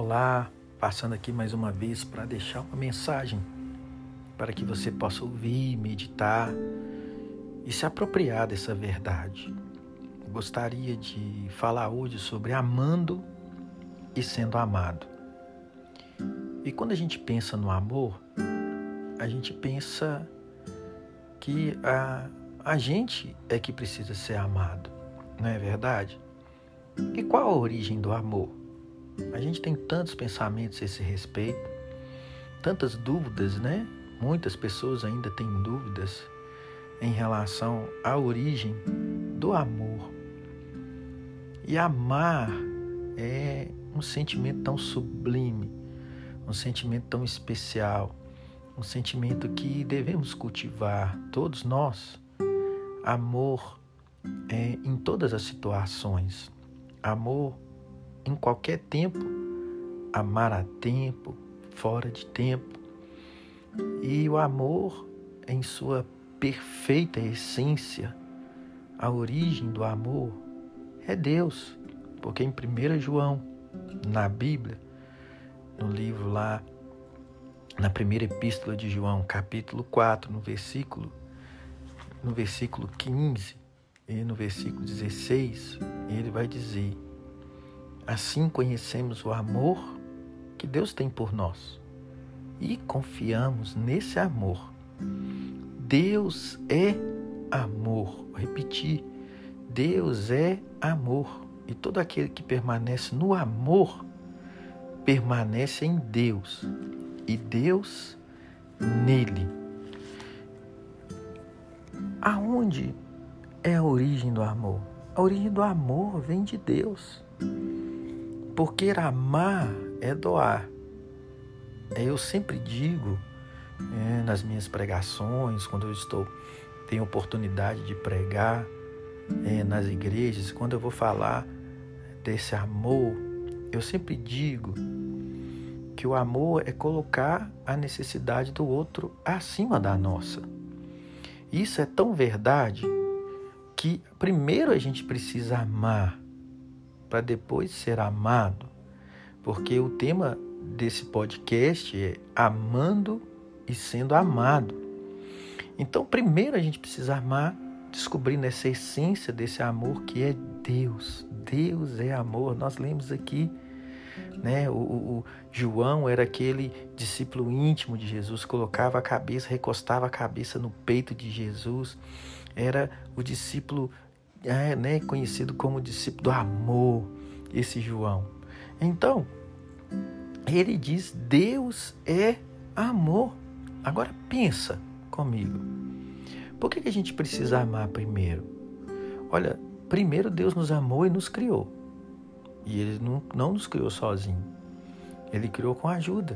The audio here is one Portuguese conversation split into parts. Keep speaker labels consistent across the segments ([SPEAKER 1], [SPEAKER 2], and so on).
[SPEAKER 1] Olá, passando aqui mais uma vez para deixar uma mensagem para que você possa ouvir, meditar e se apropriar dessa verdade. Gostaria de falar hoje sobre amando e sendo amado. E quando a gente pensa no amor, a gente pensa que a gente é que precisa ser amado, não é verdade? E qual a origem do amor? A gente tem tantos pensamentos a esse respeito, tantas dúvidas, né? Muitas pessoas ainda têm dúvidas em relação à origem do amor. E amar é um sentimento tão sublime, um sentimento tão especial, um sentimento que devemos cultivar, todos nós. Amor em todas as situações, amor em qualquer tempo, amar a tempo, fora de tempo. E o amor em sua perfeita essência, a origem do amor é Deus. Porque em 1 João, na Bíblia, no livro lá, na primeira epístola de João, capítulo 4, no versículo 15 e no versículo 16, ele vai dizer: assim conhecemos o amor que Deus tem por nós e confiamos nesse amor. Deus é amor. Vou repetir: Deus é amor. E todo aquele que permanece no amor permanece em Deus e Deus nele. Aonde é a origem do amor? A origem do amor vem de Deus. Porque amar é doar. Eu sempre digo nas minhas pregações, quando eu tenho oportunidade de pregar nas igrejas, quando eu vou falar desse amor, eu sempre digo que o amor é colocar a necessidade do outro acima da nossa. Isso é tão verdade que primeiro a gente precisa amar para depois ser amado, porque o tema desse podcast é amando e sendo amado. Então, primeiro a gente precisa amar, descobrindo essa essência desse amor que é Deus. Deus é amor. Nós lemos aqui, né? O João era aquele discípulo íntimo de Jesus, colocava a cabeça, recostava a cabeça no peito de Jesus. Era o discípulo conhecido como discípulo do amor, esse João. Então, ele diz: Deus é amor. Agora pensa comigo. Por que a gente precisa amar primeiro? Olha, primeiro Deus nos amou e nos criou. E Ele não nos criou sozinho. Ele criou com ajuda.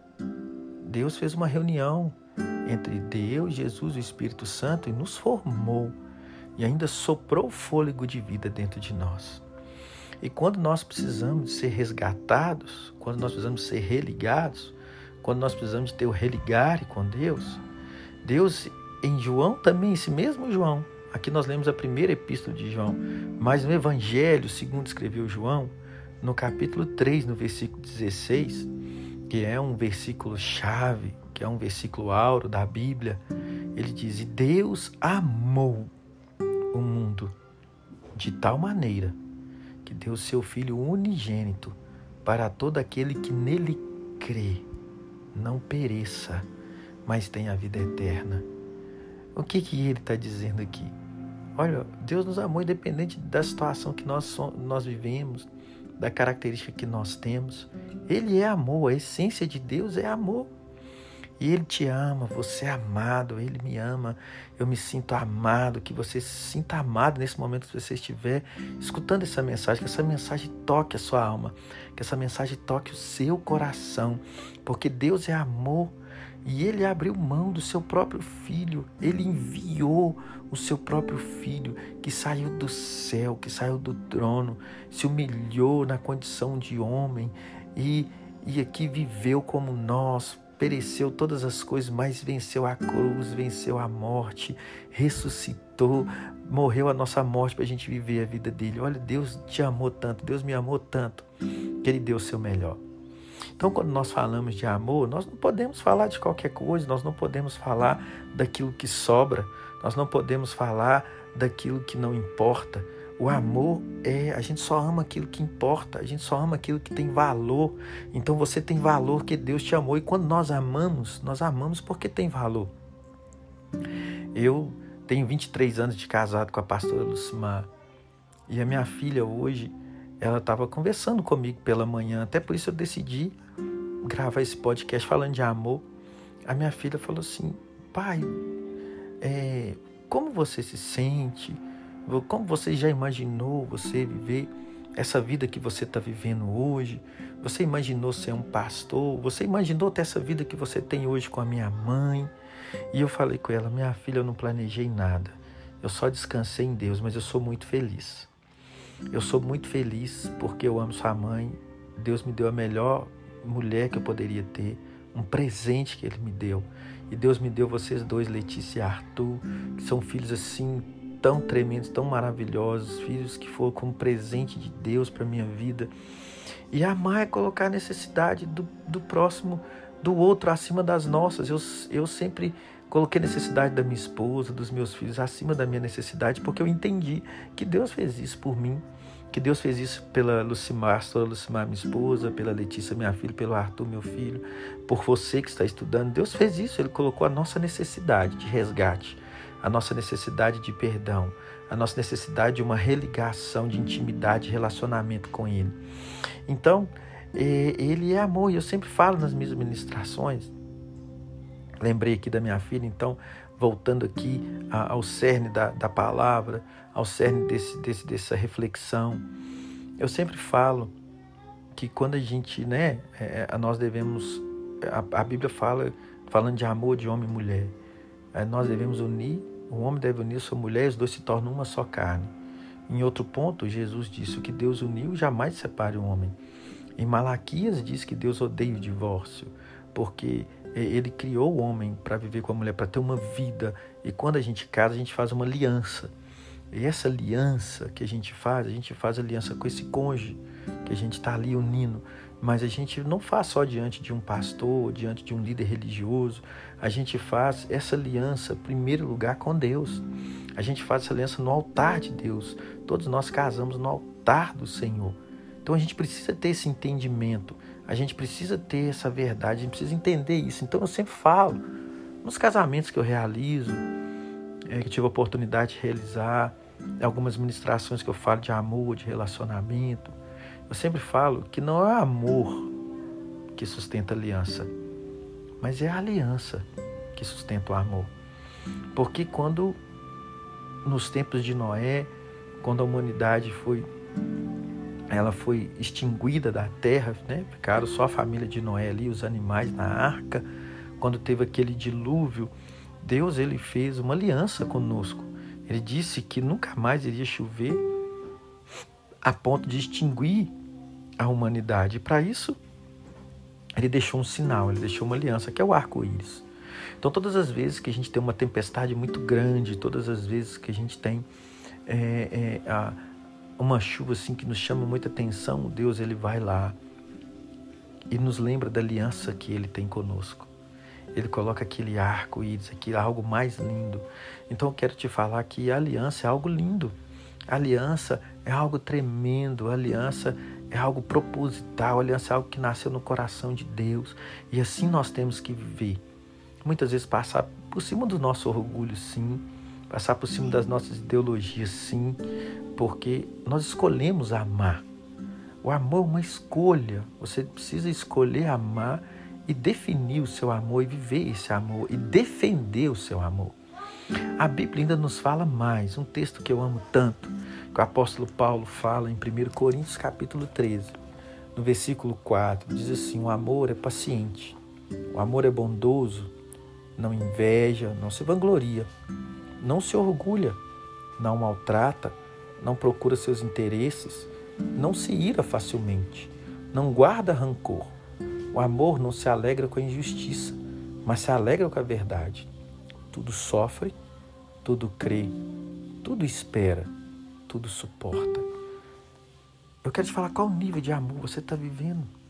[SPEAKER 1] Deus fez uma reunião entre Deus, Jesus e o Espírito Santo e nos formou. E ainda soprou o fôlego de vida dentro de nós. E quando nós precisamos ser resgatados, quando nós precisamos ser religados, quando nós precisamos de ter o religare com Deus, Deus em João também, esse mesmo João, aqui nós lemos a primeira epístola de João, mas no Evangelho, segundo escreveu João, no capítulo 3, no versículo 16, que é um versículo chave, que é um versículo áureo da Bíblia, ele diz: e Deus amou o mundo de tal maneira que deu seu Filho unigênito para todo aquele que nele crê, não pereça, mas tenha a vida eterna. O que ele está dizendo aqui? Olha, Deus nos amou independente da situação que nós vivemos, da característica que nós temos. Ele é amor, a essência de Deus é amor. E Ele te ama, você é amado, Ele me ama, eu me sinto amado, que você se sinta amado nesse momento que você estiver escutando essa mensagem, que essa mensagem toque a sua alma, que essa mensagem toque o seu coração, porque Deus é amor e Ele abriu mão do seu próprio Filho, Ele enviou o seu próprio Filho, que saiu do céu, que saiu do trono, se humilhou na condição de homem e aqui viveu como nós, pereceu todas as coisas, mas venceu a cruz, venceu a morte, ressuscitou, morreu a nossa morte para a gente viver a vida dele. Olha, Deus te amou tanto, Deus me amou tanto, que Ele deu o seu melhor. Então, quando nós falamos de amor, nós não podemos falar de qualquer coisa, nós não podemos falar daquilo que sobra, nós não podemos falar daquilo que não importa. O amor a gente só ama aquilo que importa, a gente só ama aquilo que tem valor. Então você tem valor porque Deus te amou, e quando nós amamos porque tem valor. Eu tenho 23 anos de casado com a pastora Lucimar, e a minha filha hoje, ela estava conversando comigo pela manhã, até por isso eu decidi gravar esse podcast falando de amor. A minha filha falou assim: pai, como você se sente? Como você já imaginou você viver essa vida que você está vivendo hoje? Você imaginou ser um pastor? Você imaginou ter essa vida que você tem hoje com a minha mãe? E eu falei com ela: minha filha, eu não planejei nada. Eu só descansei em Deus, mas eu sou muito feliz. Eu sou muito feliz porque eu amo sua mãe. Deus me deu a melhor mulher que eu poderia ter, um presente que Ele me deu. E Deus me deu vocês dois, Letícia e Arthur, que são filhos assim tão tremendos, tão maravilhosos, filhos que foram como presente de Deus para a minha vida. E amar é colocar a necessidade do próximo, do outro, acima das nossas. Eu sempre coloquei a necessidade da minha esposa, dos meus filhos, acima da minha necessidade, porque eu entendi que Deus fez isso por mim, que Deus fez isso pela Lucimar, pastora Lucimar, minha esposa, pela Letícia, minha filha, pelo Arthur, meu filho, por você que está estudando. Deus fez isso, Ele colocou a nossa necessidade de resgate, a nossa necessidade de perdão, a nossa necessidade de uma religação, de intimidade, de relacionamento com Ele. Então, Ele é amor, e eu sempre falo nas minhas ministrações. Lembrei aqui da minha filha, então, voltando aqui ao cerne da palavra, ao cerne dessa reflexão, eu sempre falo que quando a gente, nós devemos, a Bíblia falando de amor de homem e mulher, nós devemos unir, o homem deve unir sua mulher e os dois se tornam uma só carne. Em outro ponto, Jesus disse: o que Deus uniu jamais separe o homem. Em Malaquias diz que Deus odeia o divórcio, porque Ele criou o homem para viver com a mulher, para ter uma vida. E quando a gente casa, a gente faz uma aliança. E essa aliança que a gente faz aliança com esse cônjuge, que a gente está ali unindo. Mas a gente não faz só diante de um pastor, diante de um líder religioso. A gente faz essa aliança, em primeiro lugar, com Deus. A gente faz essa aliança no altar de Deus. Todos nós casamos no altar do Senhor. Então a gente precisa ter esse entendimento. A gente precisa ter essa verdade, a gente precisa entender isso. Então eu sempre falo, nos casamentos que eu realizo, que eu tive a oportunidade de realizar, algumas ministrações que eu falo de amor, de relacionamento, eu sempre falo que não é amor que sustenta a aliança, mas é a aliança que sustenta o amor. Porque quando, nos tempos de Noé, quando a humanidade foi extinguida da terra, ficaram só a família de Noé ali, os animais na arca. Quando teve aquele dilúvio, Deus ele fez uma aliança conosco. Ele disse que nunca mais iria chover a ponto de extinguir a humanidade. E para isso, Ele deixou um sinal, Ele deixou uma aliança, que é o arco-íris. Então, todas as vezes que a gente tem uma tempestade muito grande, todas as vezes que a gente tem uma chuva assim que nos chama muita atenção, Deus ele vai lá e nos lembra da aliança que Ele tem conosco. Ele coloca aquele arco-íris, algo mais lindo. Então eu quero te falar que a aliança é algo lindo. A aliança é algo tremendo. A aliança é algo proposital. A aliança é algo que nasceu no coração de Deus. E assim nós temos que viver. Muitas vezes passar por cima do nosso orgulho, sim. Passar por cima das nossas ideologias, sim. Porque nós escolhemos amar. O amor é uma escolha. Você precisa escolher amar e definir o seu amor e viver esse amor e defender o seu amor. A Bíblia ainda nos fala mais, um texto que eu amo tanto, que o apóstolo Paulo fala em 1 Coríntios capítulo 13, no versículo 4, diz assim: o amor é paciente, o amor é bondoso, não inveja, não se vangloria, não se orgulha, não maltrata, não procura seus interesses, não se ira facilmente, não guarda rancor. O amor não se alegra com a injustiça, mas se alegra com a verdade. Tudo sofre, tudo crê, tudo espera, tudo suporta. Eu quero te falar qual nível de amor você está vivendo.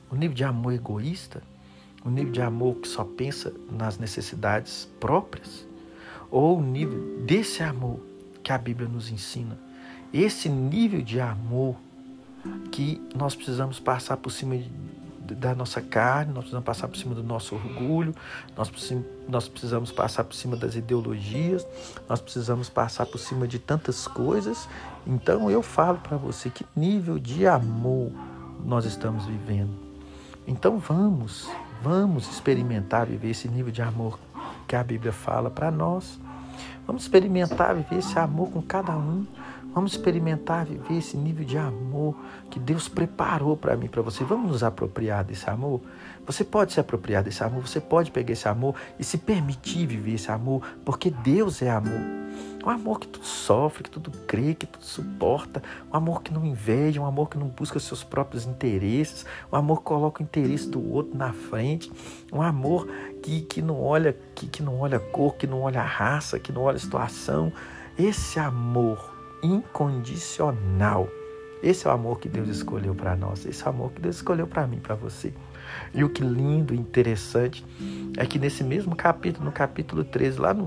[SPEAKER 1] O nível de amor egoísta? O nível de amor que só pensa nas necessidades próprias? Ou o nível desse amor que a Bíblia nos ensina? Esse nível de amor que nós precisamos passar por cima da nossa carne, nós precisamos passar por cima do nosso orgulho, nós precisamos passar por cima das ideologias, nós precisamos passar por cima de tantas coisas. Então eu falo para você que nível de amor nós estamos vivendo. Então vamos experimentar viver esse nível de amor que a Bíblia fala para nós. Vamos experimentar viver esse amor com cada um. Vamos experimentar viver esse nível de amor que Deus preparou para mim, para você. Vamos nos apropriar desse amor? Você pode se apropriar desse amor, você pode pegar esse amor e se permitir viver esse amor, porque Deus é amor. Um amor que tudo sofre, que tudo crê, que tudo suporta. Um amor que não inveja, um amor que não busca seus próprios interesses. Um amor que coloca o interesse do outro na frente. Um amor que não olha cor, que não olha raça, que não olha situação. Esse amor incondicional. Esse é o amor que Deus escolheu para nós. Esse é o amor que Deus escolheu para mim, para você. E o que lindo e interessante é que nesse mesmo capítulo, no capítulo 13, lá no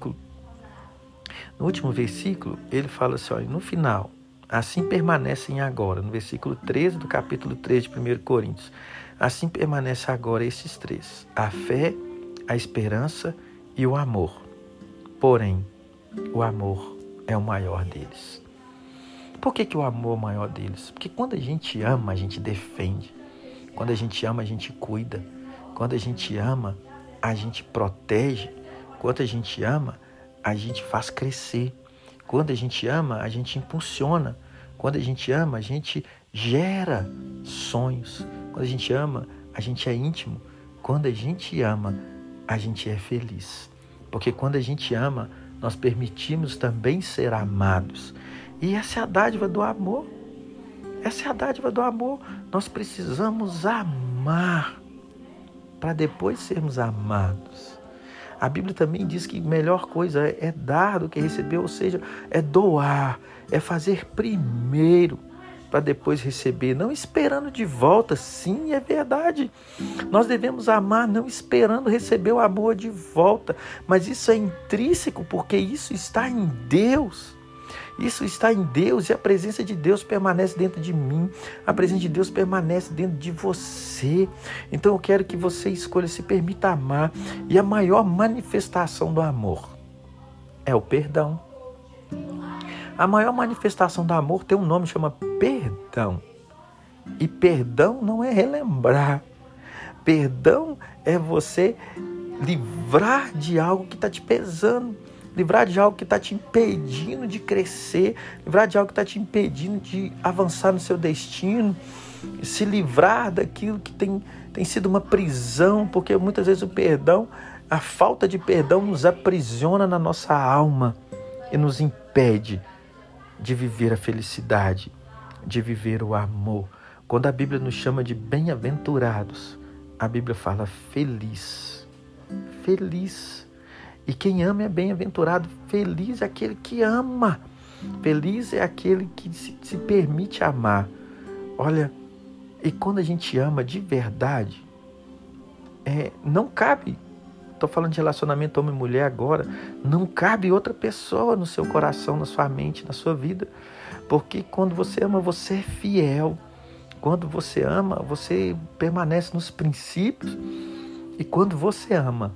[SPEAKER 1] último versículo, ele fala assim, olha, no final, assim permanecem agora, no versículo 13 do capítulo 3 de 1 Coríntios, assim permanece agora esses três: a fé, a esperança e o amor. Porém, o amor é o maior deles. Por que o amor é o maior deles? Porque quando a gente ama, a gente defende. Quando a gente ama, a gente cuida. Quando a gente ama, a gente protege. Quando a gente ama, a gente faz crescer. Quando a gente ama, a gente impulsiona. Quando a gente ama, a gente gera sonhos. Quando a gente ama, a gente é íntimo. Quando a gente ama, a gente é feliz. Porque quando a gente ama, nós permitimos também ser amados. E essa é a dádiva do amor. Essa é a dádiva do amor. Nós precisamos amar para depois sermos amados. A Bíblia também diz que a melhor coisa é dar do que receber, ou seja, é doar, é fazer primeiro para depois receber, não esperando de volta. Sim, é verdade. Nós devemos amar não esperando receber o amor de volta, mas isso é intrínseco, porque isso está em Deus. Isso está em Deus e a presença de Deus permanece dentro de mim. A presença de Deus permanece dentro de você. Então eu quero que você escolha, se permita amar. E a maior manifestação do amor é o perdão. A maior manifestação do amor tem um nome, chama perdão. E perdão não é relembrar. Perdão é você livrar de algo que está te pesando. Livrar de algo que está te impedindo de crescer. Livrar de algo que está te impedindo de avançar no seu destino. Se livrar daquilo que tem sido uma prisão. Porque muitas vezes o perdão, a falta de perdão nos aprisiona na nossa alma. E nos impede de viver a felicidade, de viver o amor. Quando a Bíblia nos chama de bem-aventurados, a Bíblia fala feliz. Feliz. E quem ama é bem-aventurado. Feliz é aquele que ama. Feliz é aquele que se permite amar. Olha, e quando a gente ama de verdade, não cabe, estou falando de relacionamento homem e mulher agora, não cabe outra pessoa no seu coração, na sua mente, na sua vida. Porque quando você ama, você é fiel. Quando você ama, você permanece nos princípios. E quando você ama,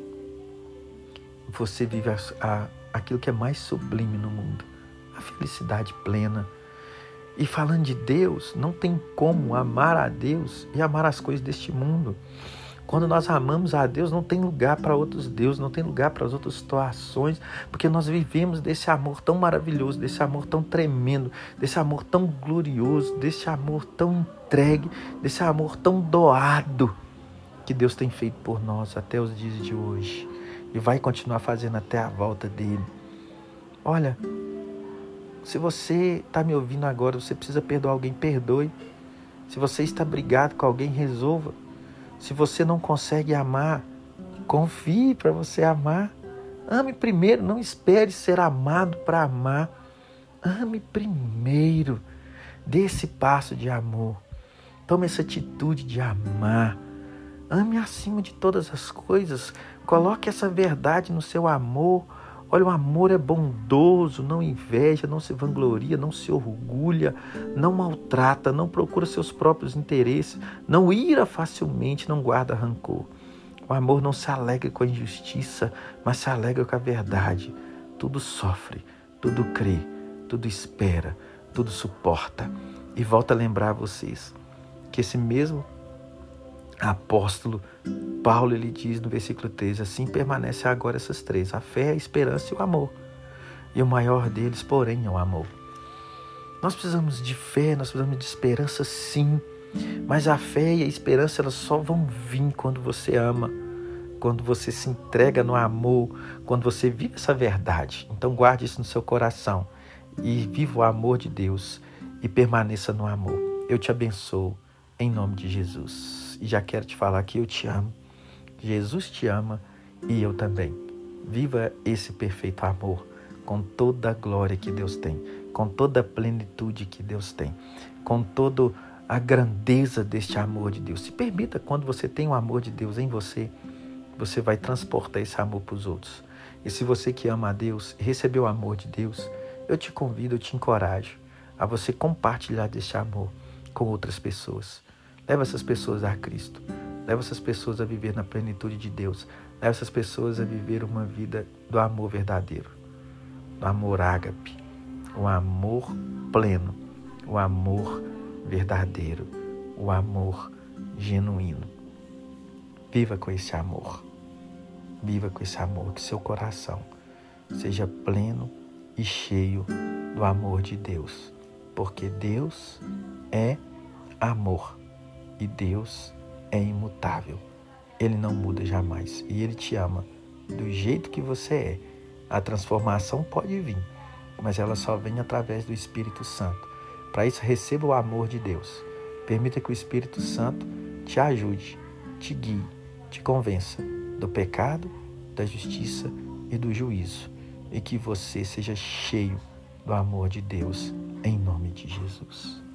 [SPEAKER 1] você vive aquilo que é mais sublime no mundo, a felicidade plena. E falando de Deus, não tem como amar a Deus e amar as coisas deste mundo. Quando nós amamos a Deus, não tem lugar para outros deuses, não tem lugar para as outras situações, porque nós vivemos desse amor tão maravilhoso, desse amor tão tremendo, desse amor tão glorioso, desse amor tão entregue, desse amor tão doado que Deus tem feito por nós até os dias de hoje. E vai continuar fazendo até a volta dele. Olha, se você está me ouvindo agora, você precisa perdoar alguém, perdoe. Se você está brigado com alguém, resolva. Se você não consegue amar, confie para você amar. Ame primeiro, não espere ser amado para amar. Ame primeiro. Dê esse passo de amor. Tome essa atitude de amar. Ame acima de todas as coisas. Coloque essa verdade no seu amor. Olha, o amor é bondoso, não inveja, não se vangloria, não se orgulha, não maltrata, não procura seus próprios interesses, não ira facilmente, não guarda rancor. O amor não se alegra com a injustiça, mas se alegra com a verdade. Tudo sofre, tudo crê, tudo espera, tudo suporta. E volto a lembrar a vocês que esse mesmo apóstolo Paulo, ele diz no versículo 13, assim permanece agora essas três, a fé, a esperança e o amor. E o maior deles, porém, é o amor. Nós precisamos de fé, nós precisamos de esperança, sim. Mas a fé e a esperança, elas só vão vir quando você ama, quando você se entrega no amor, quando você vive essa verdade. Então guarde isso no seu coração e viva o amor de Deus e permaneça no amor. Eu te abençoo em nome de Jesus. E já quero te falar que eu te amo. Jesus te ama e eu também. Viva esse perfeito amor com toda a glória que Deus tem, com toda a plenitude que Deus tem, com toda a grandeza deste amor de Deus. Se permita, quando você tem o amor de Deus em você, você vai transportar esse amor para os outros. E se você que ama a Deus e recebeu o amor de Deus, eu te convido, eu te encorajo a você compartilhar deste amor com outras pessoas. Leva essas pessoas a Cristo. Leva essas pessoas a viver na plenitude de Deus. Leva essas pessoas a viver uma vida do amor verdadeiro, do amor ágape, o amor pleno, o amor verdadeiro, o amor genuíno. Viva com esse amor. Viva com esse amor, que seu coração seja pleno e cheio do amor de Deus. Porque Deus é amor e Deus é imutável. Ele não muda jamais e Ele te ama do jeito que você é. A transformação pode vir, mas ela só vem através do Espírito Santo. Para isso, receba o amor de Deus. Permita que o Espírito Santo te ajude, te guie, te convença do pecado, da justiça e do juízo. E que você seja cheio do amor de Deus, em nome de Jesus.